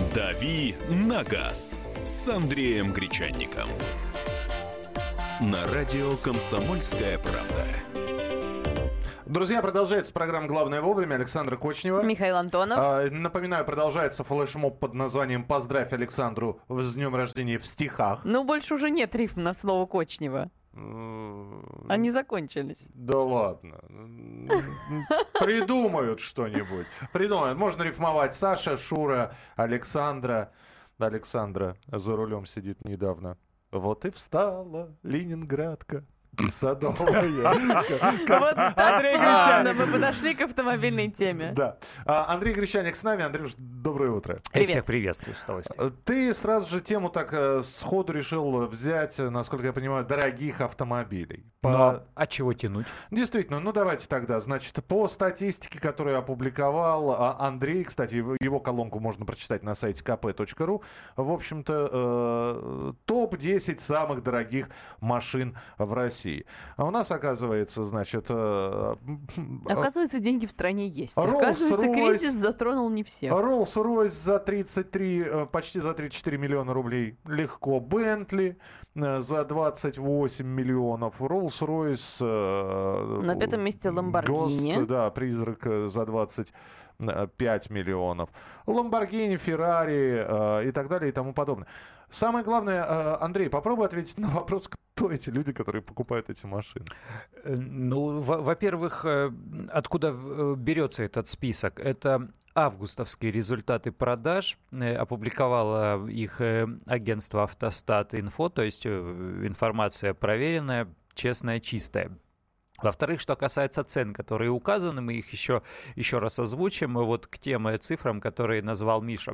«Дави на газ» с Андреем Гречанником. На радио «Комсомольская правда». Друзья, продолжается программа «Главное вовремя». Александра Кочнева. Михаил Антонов. Напоминаю, продолжается флешмоб под названием «Поздравь Александру с днем рождения» в стихах. Ну, больше уже нет рифм на слово Кочнева. Они закончились. Да ладно. Придумают что-нибудь. Придумают. Можно рифмовать Саша, Шура, Александра. Александра за рулем сидит недавно. Вот и встала Ленинградка. Садовая. Вот Андрей Гречаник. Мы подошли к автомобильной теме. Да. Андрей Гречаник с нами. Андрюш, доброе утро. Я всех приветствую с удовольствием. Ты сразу же тему так сходу решил взять, насколько я понимаю, дорогих автомобилей. А чего тянуть? Действительно, ну давайте тогда. Значит, по статистике, которую опубликовал Андрей, кстати, его колонку можно прочитать на сайте kp.ru, в общем-то, топ-10 самых дорогих машин в России. А у нас, оказывается, значит... Оказывается, деньги в стране есть. Rolls-Royce. Оказывается, кризис затронул не всех. Rolls-Royce за 33, почти за 34 миллиона рублей. Легко. Бентли за 28 миллионов. Rolls-Royce... На пятом месте Lamborghini. Ghost, да, призрак за 25 миллионов. Lamborghini, Ferrari и так далее и тому подобное. Самое главное, Андрей, попробуй ответить на вопрос, кто эти люди, которые покупают эти машины. Ну, во-первых, откуда берется этот список? Это августовские результаты продаж. Опубликовало их агентство «Автостат.Инфо», то есть информация проверенная, честная, чистая. Во-вторых, что касается цен, которые указаны, мы их еще раз озвучим. И вот к тем цифрам, которые назвал Миша.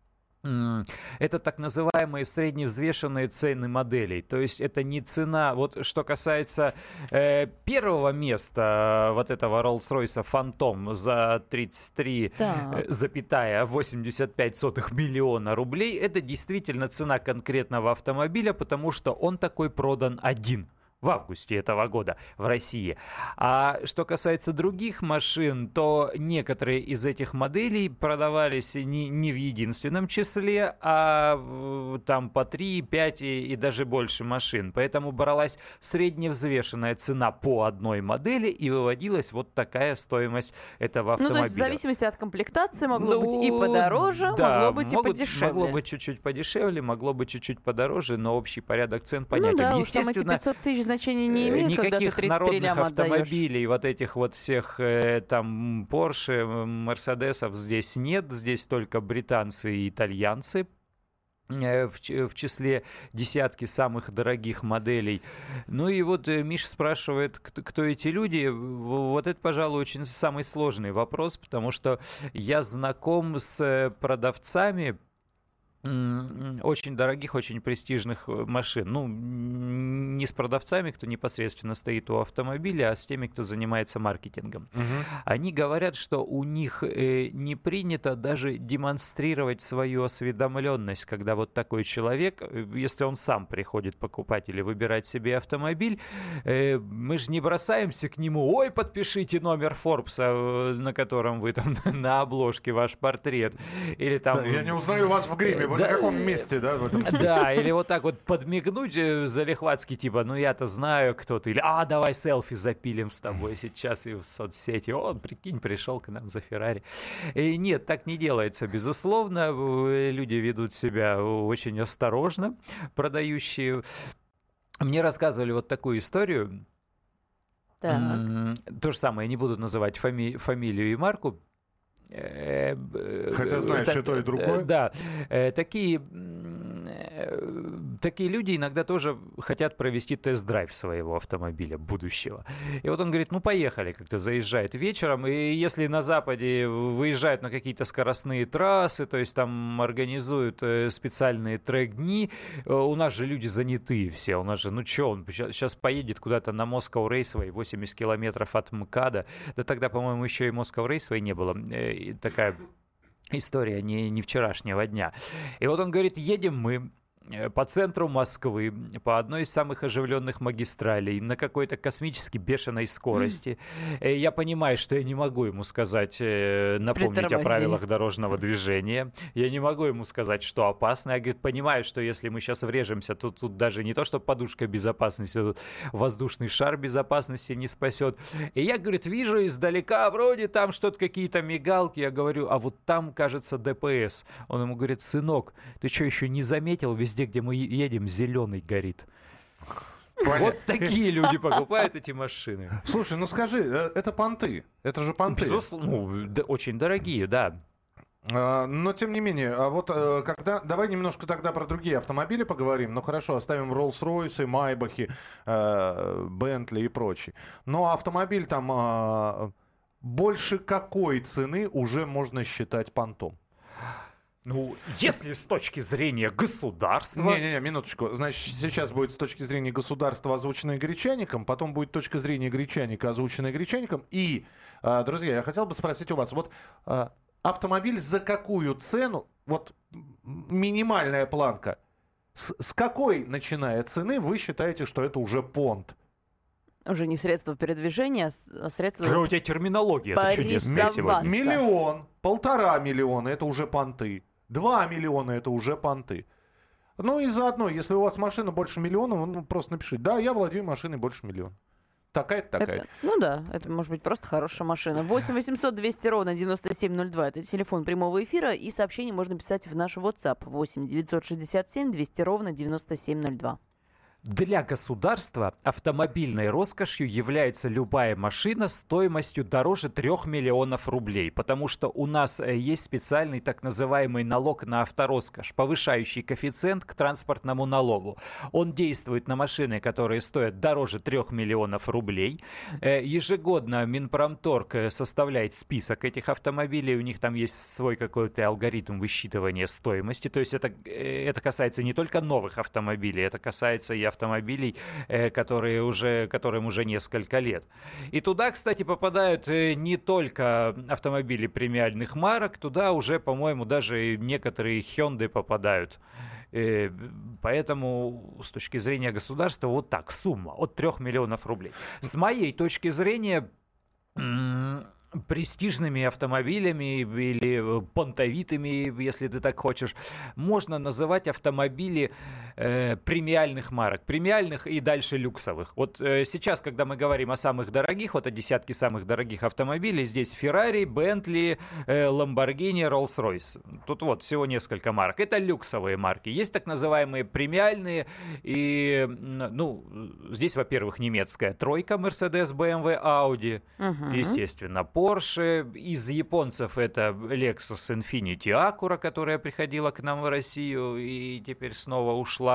Это так называемые средневзвешенные цены моделей. То есть это не цена. Вот что касается первого места вот этого Rolls-Royce Phantom за 33,85 миллиона рублей, это действительно цена конкретного автомобиля, потому что он такой продан один. В августе этого года в России. А что касается других машин, то некоторые из этих моделей продавались не в единственном числе, а там по 3, 5 и даже больше машин. Поэтому бралась средневзвешенная цена по одной модели и выводилась вот такая стоимость этого автомобиля. Ну, то есть в зависимости от комплектации могло быть и подороже, да, могло быть и подешевле. Могло быть чуть-чуть подешевле, могло быть чуть-чуть подороже, но общий порядок цен понятен. Ну да, естественно, уж там эти 500 тысяч значения не имеют, когда ты 33 народных ляма отдаешь. автомобилей, вот этих вот всех там Porsche, Мерседесов здесь нет, здесь только британцы и итальянцы в числе десятки самых дорогих моделей. Ну и вот Миша спрашивает, кто эти люди. Вот это, пожалуй, очень самый сложный вопрос, потому что я знаком с продавцами очень дорогих, очень престижных машин. Ну, не с продавцами, кто непосредственно стоит у автомобиля, а с теми, кто занимается маркетингом. Они говорят, что у них не принято даже демонстрировать свою осведомленность, когда вот такой человек, если он сам приходит покупать или выбирать себе автомобиль, мы же не бросаемся к нему: ой, подпишите номер Форбса, на котором вы там на обложке ваш портрет. Или там... Да, я не узнаю вас в гриме. Вы на каком месте, да, в этом списке? Да, или вот так вот подмигнуть залихватски, типа, ну я-то знаю, кто ты. Или, давай селфи запилим с тобой сейчас и в соцсети. О, прикинь, пришел к нам за Феррари. И нет, так не делается, безусловно. Люди ведут себя очень осторожно, продающие. Мне рассказывали вот такую историю. Так. То же самое, не буду называть фамилию и марку. Хотя знаешь, и то, и другое. Да, такие люди иногда тоже хотят провести тест-драйв своего автомобиля будущего. И вот он говорит, ну поехали, как-то заезжает вечером, и если на Западе выезжают на какие-то скоростные трассы, то есть там организуют специальные трек-дни, у нас же люди занятые все, у нас же, ну что, он сейчас поедет куда-то на Moscow Raceway, 80 километров от МКАДа, да тогда, по-моему, еще и Moscow Raceway не было, такая история не вчерашнего дня. И вот он говорит, едем мы по центру Москвы, по одной из самых оживленных магистралей, на какой-то космически бешеной скорости. Я понимаю, что я не могу ему сказать, напомнить о правилах дорожного движения. Я не могу ему сказать, что опасно. Я, говорит, понимаю, что если мы сейчас врежемся, то тут даже не то, что подушка безопасности, тут воздушный шар безопасности не спасет. И я, говорит, вижу издалека, вроде там что-то, какие-то мигалки. Я говорю, а вот там, кажется, ДПС. Он ему говорит, сынок, ты что, еще не заметил, везде, где мы едем, зеленый горит. Понятно. Вот такие люди покупают эти машины. Слушай, ну скажи, это понты. Это же понты. Безусловно, очень дорогие, да. Но тем не менее, давай немножко тогда про другие автомобили поговорим. Ну хорошо, оставим Роллс-Ройсы, Майбахи, Бентли и прочие. Но автомобиль там больше какой цены уже можно считать понтом? Ну, если с точки зрения государства... Не-не-не, минуточку. Значит, сейчас будет с точки зрения государства озвученное Гречаником, потом будет точка зрения Гречаника, озвученная Гречаником. И, друзья, я хотел бы спросить у вас, вот автомобиль за какую цену, вот минимальная планка, с какой, начиная цены, вы считаете, что это уже понт? Уже не средство передвижения, а средство... У тебя терминология, это чудесная сегодня. 1 миллион, 1,5 миллиона, это уже понты. 2 миллиона, это уже понты. Ну и заодно, если у вас машина больше миллиона, ну, просто напишите, да, я владею машиной больше миллиона. Такая-то. Ну да, это может быть просто хорошая машина. 8 800 200 ровно 9702. Это телефон прямого эфира. И сообщение можно писать в наш WhatsApp. 8 967 200 ровно 9702. Для государства автомобильной роскошью является любая машина стоимостью дороже 3 миллионов рублей, потому что у нас есть специальный так называемый налог на автороскошь, повышающий коэффициент к транспортному налогу. Он действует на машины, которые стоят дороже 3 миллионов рублей. Ежегодно Минпромторг составляет список этих автомобилей, у них там есть свой какой-то алгоритм высчитывания стоимости, то есть это касается не только новых автомобилей, это касается и автомобилей, которым уже несколько лет. И туда, кстати, попадают не только автомобили премиальных марок, туда уже, по-моему, даже некоторые Hyundai попадают. Поэтому с точки зрения государства вот так, сумма от 3 миллионов рублей. С моей точки зрения, престижными автомобилями или понтовитыми, если ты так хочешь, можно называть автомобили премиальных марок. Премиальных и дальше люксовых. Вот сейчас, когда мы говорим о самых дорогих, вот о десятке самых дорогих автомобилей, здесь Ferrari, Bentley, Lamborghini, Rolls-Royce. Тут вот всего несколько марок. Это люксовые марки. Есть так называемые премиальные. И, ну, здесь, во-первых, немецкая тройка Mercedes, BMW, Audi. Естественно, Porsche. Из японцев это Lexus Infiniti Acura, которая приходила к нам в Россию и теперь снова ушла.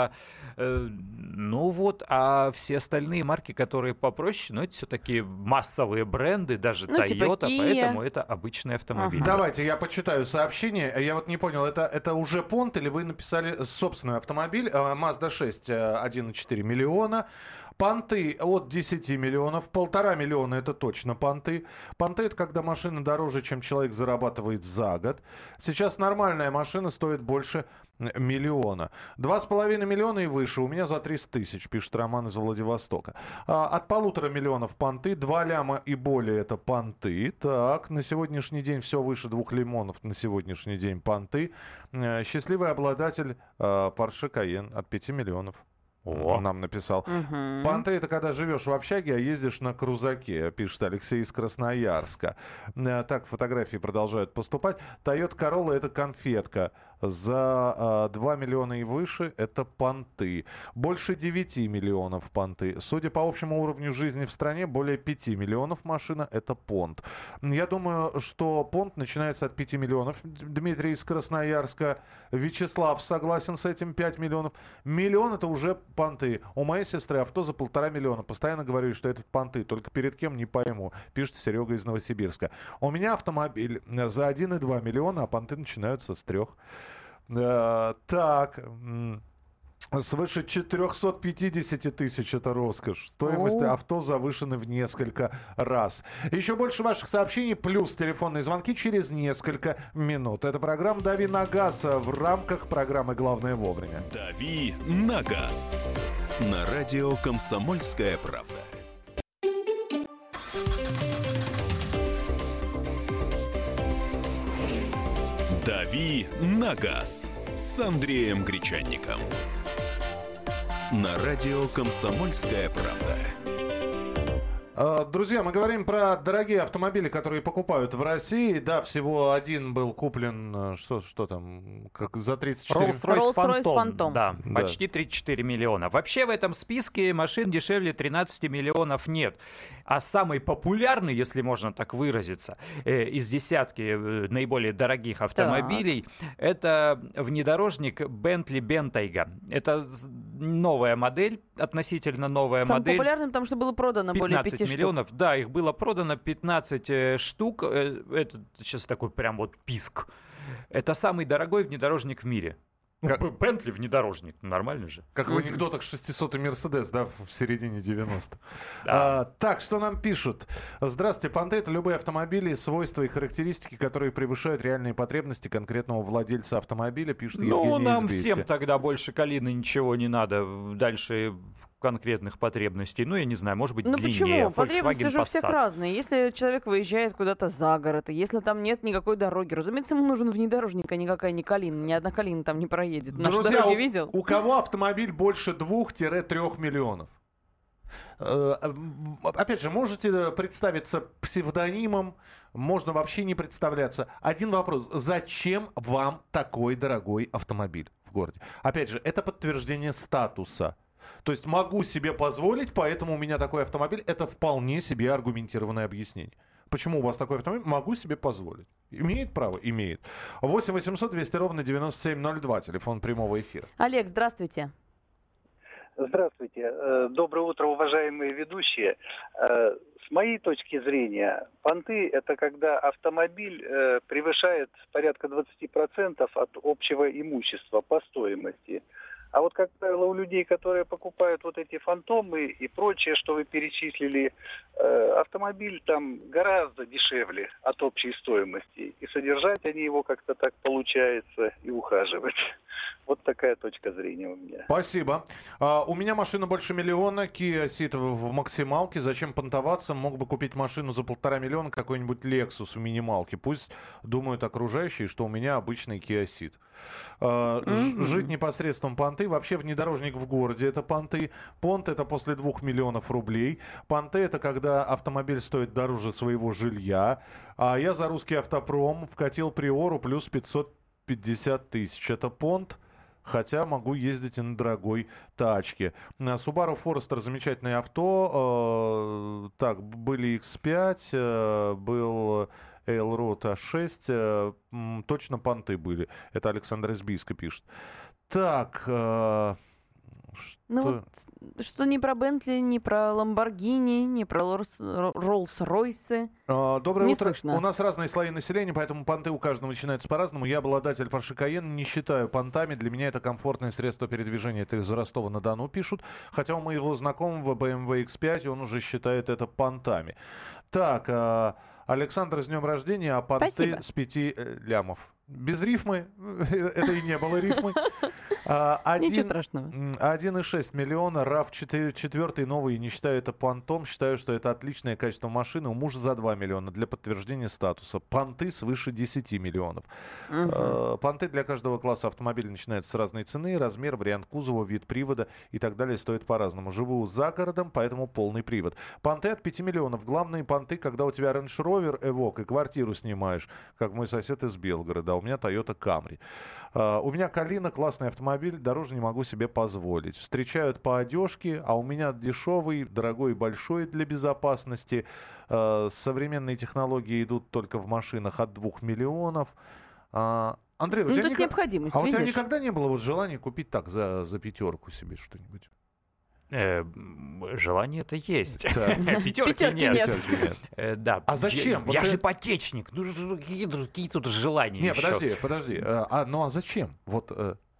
Ну вот, а все остальные марки, которые попроще, ну это все-таки массовые бренды, даже Toyota, типа поэтому это обычные автомобили. Давайте я почитаю сообщение. Я вот не понял, это уже понт или вы написали собственный автомобиль? Mazda 6 1,4 миллиона. Понты от 10 миллионов, 1,5 миллиона это точно понты. Понты это когда машина дороже, чем человек зарабатывает за год. Сейчас нормальная машина стоит больше миллиона. 2,5 миллиона и выше. У меня за 300 тысяч, пишет Роман из Владивостока. От 1,5 миллионов понты, 2 ляма и более это понты. Так, на сегодняшний день все выше 2 лимонов. На сегодняшний день понты. Счастливый обладатель Porsche Cayenne от 5 миллионов. Нам написал. Понты — это когда живешь в общаге, а ездишь на крузаке, пишет Алексей из Красноярска. Так, фотографии продолжают поступать. Toyota Corolla — это конфетка. За 2 миллиона и выше — это понты. Больше 9 миллионов понты. Судя по общему уровню жизни в стране, более 5 миллионов машина — это понт. Я думаю, что понт начинается от 5 миллионов. Дмитрий из Красноярска. Вячеслав согласен с этим, 5 миллионов. Миллион — это уже понты. У моей сестры авто за 1,5 миллиона. Постоянно говорю, что это понты. Только перед кем не пойму. Пишет Серега из Новосибирска. У меня автомобиль за 1,2 миллиона, а понты начинаются с 3. Так. Свыше 450 тысяч — это роскошь. Стоимость авто завышены в несколько раз. Еще больше ваших сообщений, плюс телефонные звонки через несколько минут. Это программа «Дави на газ» в рамках программы «Главное вовремя». «Дави на газ» на радио «Комсомольская правда». «Дави на газ» с Андреем Гречанником. На радио «Комсомольская правда». Друзья, мы говорим про дорогие автомобили, которые покупают в России. Да, всего один был куплен, что там, как за 34... Rolls-Royce Phantom. Да, почти 34 миллиона. Вообще в этом списке машин дешевле 13 миллионов нет. А самый популярный, если можно так выразиться, из десятки наиболее дорогих автомобилей, это внедорожник Bentley Bentayga. Это новая модель, относительно новая модель. Самым популярным, потому что было продано более 5 штук. Миллионов. Да, их было продано 15 штук. Это сейчас такой прям вот писк. Это самый дорогой внедорожник в мире. Бентли внедорожник, нормально же. Как в анекдотах 600-й Мерседес, да, в середине 90-х. Да. Так, что нам пишут? Здравствуйте, Понты — это любые автомобили, свойства и характеристики, которые превышают реальные потребности конкретного владельца автомобиля, пишет Евгений из нам Бийска. всем тогда больше калины ничего не надо. Дальше конкретных потребностей. Ну, я не знаю, может быть, длиннее. Почему? Volkswagen Потребности же у всех Passat. разные. Если человек выезжает куда-то за город, и если там нет никакой дороги, разумеется, ему нужен внедорожник, а никакая не калина. Ни одна калина там не проедет. Наши Друзья, дороги видел? у кого автомобиль больше 2-3 миллионов? Опять же, можете представиться псевдонимом, можно вообще не представляться. Один вопрос. Зачем вам такой дорогой автомобиль в городе? Опять же, это подтверждение статуса. То есть могу себе позволить, поэтому у меня такой автомобиль. Это вполне себе аргументированное объяснение. Почему у вас такой автомобиль? Могу себе позволить. Имеет право? Имеет. 8 800 200 ровно 9702. Телефон прямого эфира. Олег, здравствуйте. Здравствуйте. Доброе утро, уважаемые ведущие. С моей точки зрения, понты – это когда автомобиль превышает порядка 20% от общего имущества по стоимости. А вот, как правило, у людей, которые покупают вот эти фантомы и прочее, что вы перечислили, автомобиль там гораздо дешевле от общей стоимости. И содержать они его как-то так получается, и ухаживать. Вот такая точка зрения у меня. Спасибо. У меня машина больше миллиона, Kia Ceed в максималке. Зачем понтоваться? Мог бы купить машину за 1,5 миллиона, какой-нибудь Lexus в минималке. Пусть думают окружающие, что у меня обычный Kia Ceed. Жить непосредством понты. Вообще внедорожник в городе — это понты. Понт — это после 2 миллионов рублей. Понты — это когда автомобиль стоит дороже своего жилья. А я за русский автопром вкатил Приору плюс 550 тысяч. Это понт. Хотя могу ездить и на дорогой тачке. Subaru Forester — замечательное авто. Так, были X5, был Elroad A6. Точно понты были. Это Александр из Бийска пишет. Так... Ну вот, что ни про Бентли, ни про Ламборгини, ни про Роллс-Ройсы. Доброе не утро. слышно. У нас разные слои населения, поэтому понты у каждого начинаются по-разному. Я обладатель Porsche Cayenne, не считаю понтами. Для меня это комфортное средство передвижения. Это из Ростова-на-Дону пишут. Хотя у моего знакомого BMW X5 он уже считает это понтами. Так, Александр, с днем рождения, а понты Спасибо. с 5 лямов. Без рифмы. Это и не было рифмы. Ничего страшного. 1,6 миллиона, RAV4 новый, не считаю это понтом, считаю, что это отличное качество машины. У мужа за 2 миллиона для подтверждения статуса. Понты свыше 10 миллионов. Понты для каждого класса автомобиля начинаются с разной цены, размер, вариант кузова, вид привода и так далее стоит по-разному. Живу за городом, поэтому полный привод. Понты от 5 миллионов. Главные понты, когда у тебя Range Rover Evoque и квартиру снимаешь, как мой сосед из Белгорода, а у меня Toyota Camry. У меня Калина, классный автомобиль, дороже не могу себе позволить. Встречают по одежке, а у меня дешевый, дорогой и большой для безопасности. Современные технологии идут только в машинах от 2 миллионов. Андрей, у Ну, тебя то есть необходимость, у тебя видишь? никогда не было вот желания купить так за 5 себе что-нибудь? Желание-то есть. Пятерки Пятерки нет. нет. Да. А зачем? Я Вот же ипотечник. Ну, какие тут желания Не, еще? подожди. Ну а зачем? Вот.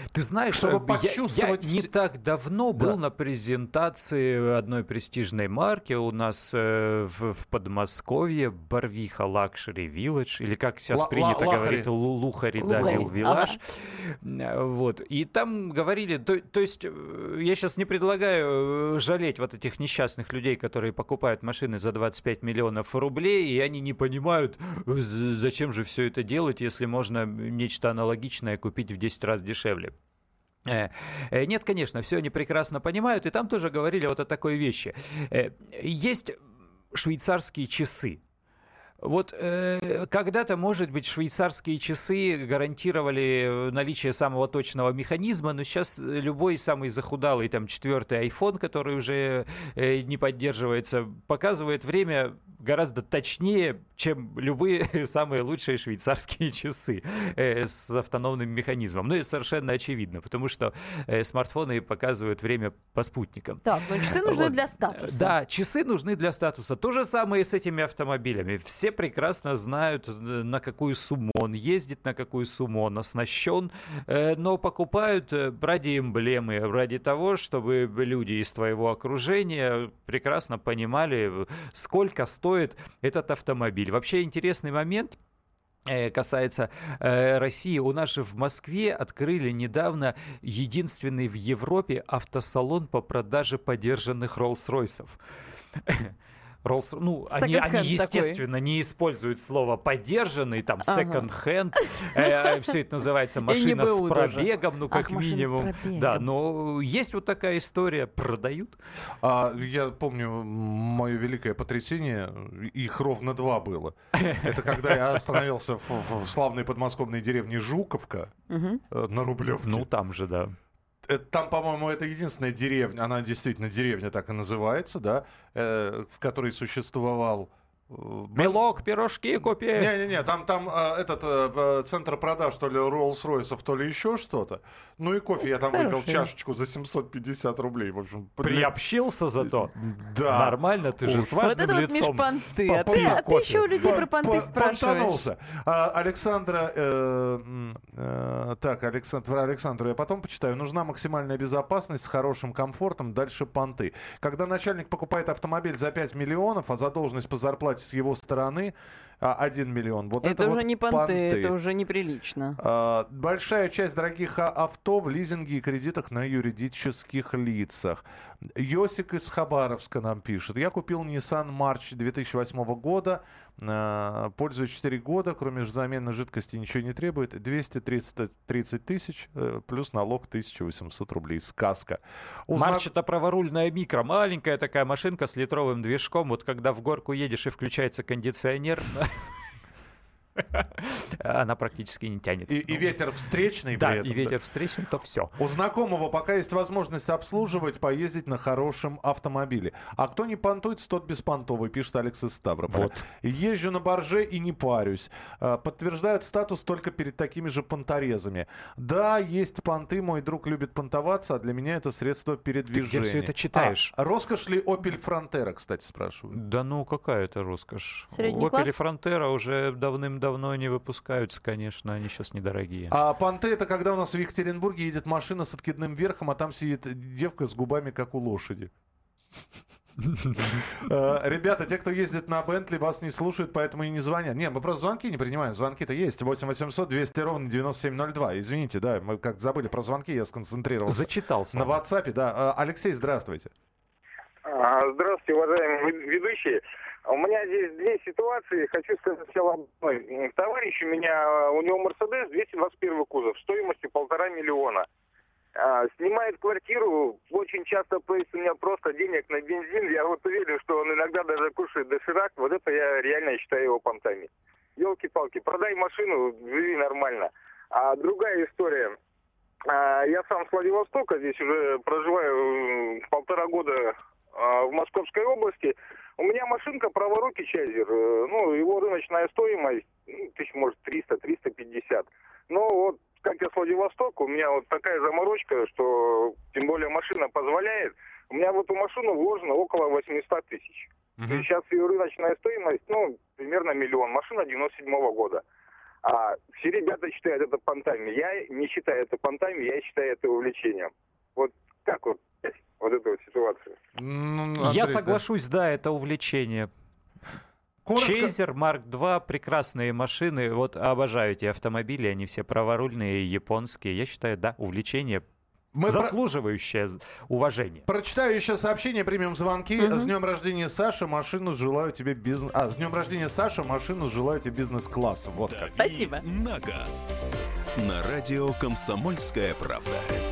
Ты знаешь, чтобы я почувствовать не так давно Да. был на презентации одной престижной марки у нас в Подмосковье, Барвиха Лакшери Вилледж, или как сейчас принято Лахари. говорить, Лухари, да, Лухари, Виллаж. Вот. И там говорили, то есть я сейчас не предлагаю жалеть вот этих несчастных людей, которые покупают машины за 25 миллионов рублей, и они не понимают, зачем же все это делать, если можно нечто аналогичное купить в 10 раз дешевле. Нет, конечно, все они прекрасно понимают, и там тоже говорили вот о такой вещи. Есть швейцарские часы. Вот когда-то, может быть, швейцарские часы гарантировали наличие самого точного механизма, но сейчас любой самый захудалый, там, 4-й iPhone, который уже не поддерживается, показывает время гораздо точнее, чем любые самые лучшие швейцарские часы с автономным механизмом. Ну и совершенно очевидно, потому что смартфоны показывают время по спутникам. Так, но часы нужны Вот. для статуса. Да, часы нужны для статуса. То же самое и с этими автомобилями. Все прекрасно знают, на какую сумму он ездит, на какую сумму он оснащен, но покупают ради эмблемы, ради того, чтобы люди из твоего окружения прекрасно понимали, сколько стоит этот автомобиль. Вообще интересный момент касается России. У нас же в Москве открыли недавно единственный в Европе автосалон по продаже подержанных Роллс-Ройсов. Ну, они, Second-hand естественно, не используют слово «подержанный», там, Ага. second-hand. Все это называется машина с НБУ тоже. пробегом, ну, как Ах, машина с минимум. пробегом. Да, но есть вот такая история, продают. Я помню мое великое потрясение, их ровно 2 было. Это когда я остановился в славной подмосковной деревне Жуковка Мгм. на Рублевке. Ну, там же, да. Там, по-моему, это единственная деревня, она действительно деревня так и называется, да, в которой существовал... Белок, пирожки купи. Не-не-не, там этот центр продаж то ли Роллс-Ройсов, то ли еще что-то. Ну и кофе я там выпил Хорошо. чашечку за 750 рублей. В общем, Приобщился зато. Да. Нормально, ты же с Вот важным это вот лицом. межпонты. А Попил ты кофе. еще у людей про понты спрашиваешь. Понтанулся. Александра, так, про Александру я потом почитаю. Нужна максимальная безопасность с хорошим комфортом, дальше понты. Когда начальник покупает автомобиль за 5 миллионов, а задолженность по зарплате с его стороны 1 миллион. Вот Это это уже вот не понты, это уже неприлично. Большая часть дорогих авто в лизинге и кредитах на юридических лицах. Йосик из Хабаровска нам пишет. Я купил Nissan March 2008 года. Пользуюсь 4 года. Кроме замены жидкости ничего не требует. 230 тысяч плюс налог 1800 рублей. Сказка. Марч — это праворульная микро. Маленькая такая машинка с литровым движком. Вот когда в горку едешь и включается кондиционер, она практически не тянет. И ветер встречный. Да, при этом, и ветер встречный, то все. У знакомого пока есть возможность обслуживать, поездить на хорошем автомобиле. А кто не понтуется, тот беспонтовый, пишет Алекс из Ставрополя. Вот. Езжу на борже и не парюсь. Подтверждают статус только перед такими же понторезами. Да, есть понты, мой друг любит понтоваться, а для меня это средство передвижения. Ты где все это читаешь? Роскошь ли Opel Frontera, кстати, спрашивают? Да ну, какая это роскошь. Средний Opel класс? и Frontera уже давным-давно не выпускаются, конечно, они сейчас недорогие. А понты — это когда у нас в Екатеринбурге едет машина с откидным верхом, а там сидит девка с губами, как у лошади. Ребята, те, кто ездит на Бентли, вас не слушают, поэтому и не звонят. Не, мы просто звонки не принимаем. Звонки-то есть. 8 800 200 ровно 9702. Извините, да, мы как забыли про звонки, я сконцентрировался. Зачитался. На WhatsApp, да. Алексей, здравствуйте. Здравствуйте, уважаемые ведущие. У меня здесь 2 ситуации. Хочу сказать сначала об одной. Товарищ у него Мерседес 221 кузов, стоимостью 1,5 миллиона. Снимает квартиру, очень часто просит у меня просто денег на бензин. Я вот уверен, что он иногда даже кушает доширак. Вот это я реально считаю его понтами. Елки-палки, продай машину, живи нормально. А другая история. Я сам с Владивостока, здесь уже проживаю 1,5 года в Московской области. У меня машинка праворукий Чайзер. Ну, его рыночная стоимость, тысяч, может, 300-350. Но вот как я с Владивостока, у меня вот такая заморочка, что тем более машина позволяет. У меня в эту машину вложено около 800 тысяч. Сейчас ее рыночная стоимость, примерно 1 миллион. Машина 97 года. А все ребята считают это понтами. Я не считаю это понтами, я считаю это увлечением. Вот как вот эту вот ситуацию? Андрей, Я соглашусь, да, это увлечение. Коротко. Чейзер, Марк 2, прекрасные машины. Вот обожаю эти автомобили, они все праворульные, японские. Я считаю, да, увлечение, заслуживающее уважения. Прочитаю еще сообщение, примем звонки. С днем рождения, Саша, машину желаю тебе бизнес... с днем рождения, Саша, машину желаю тебе бизнес-класса. Вот как. Спасибо. На газ. На радио «Комсомольская правда».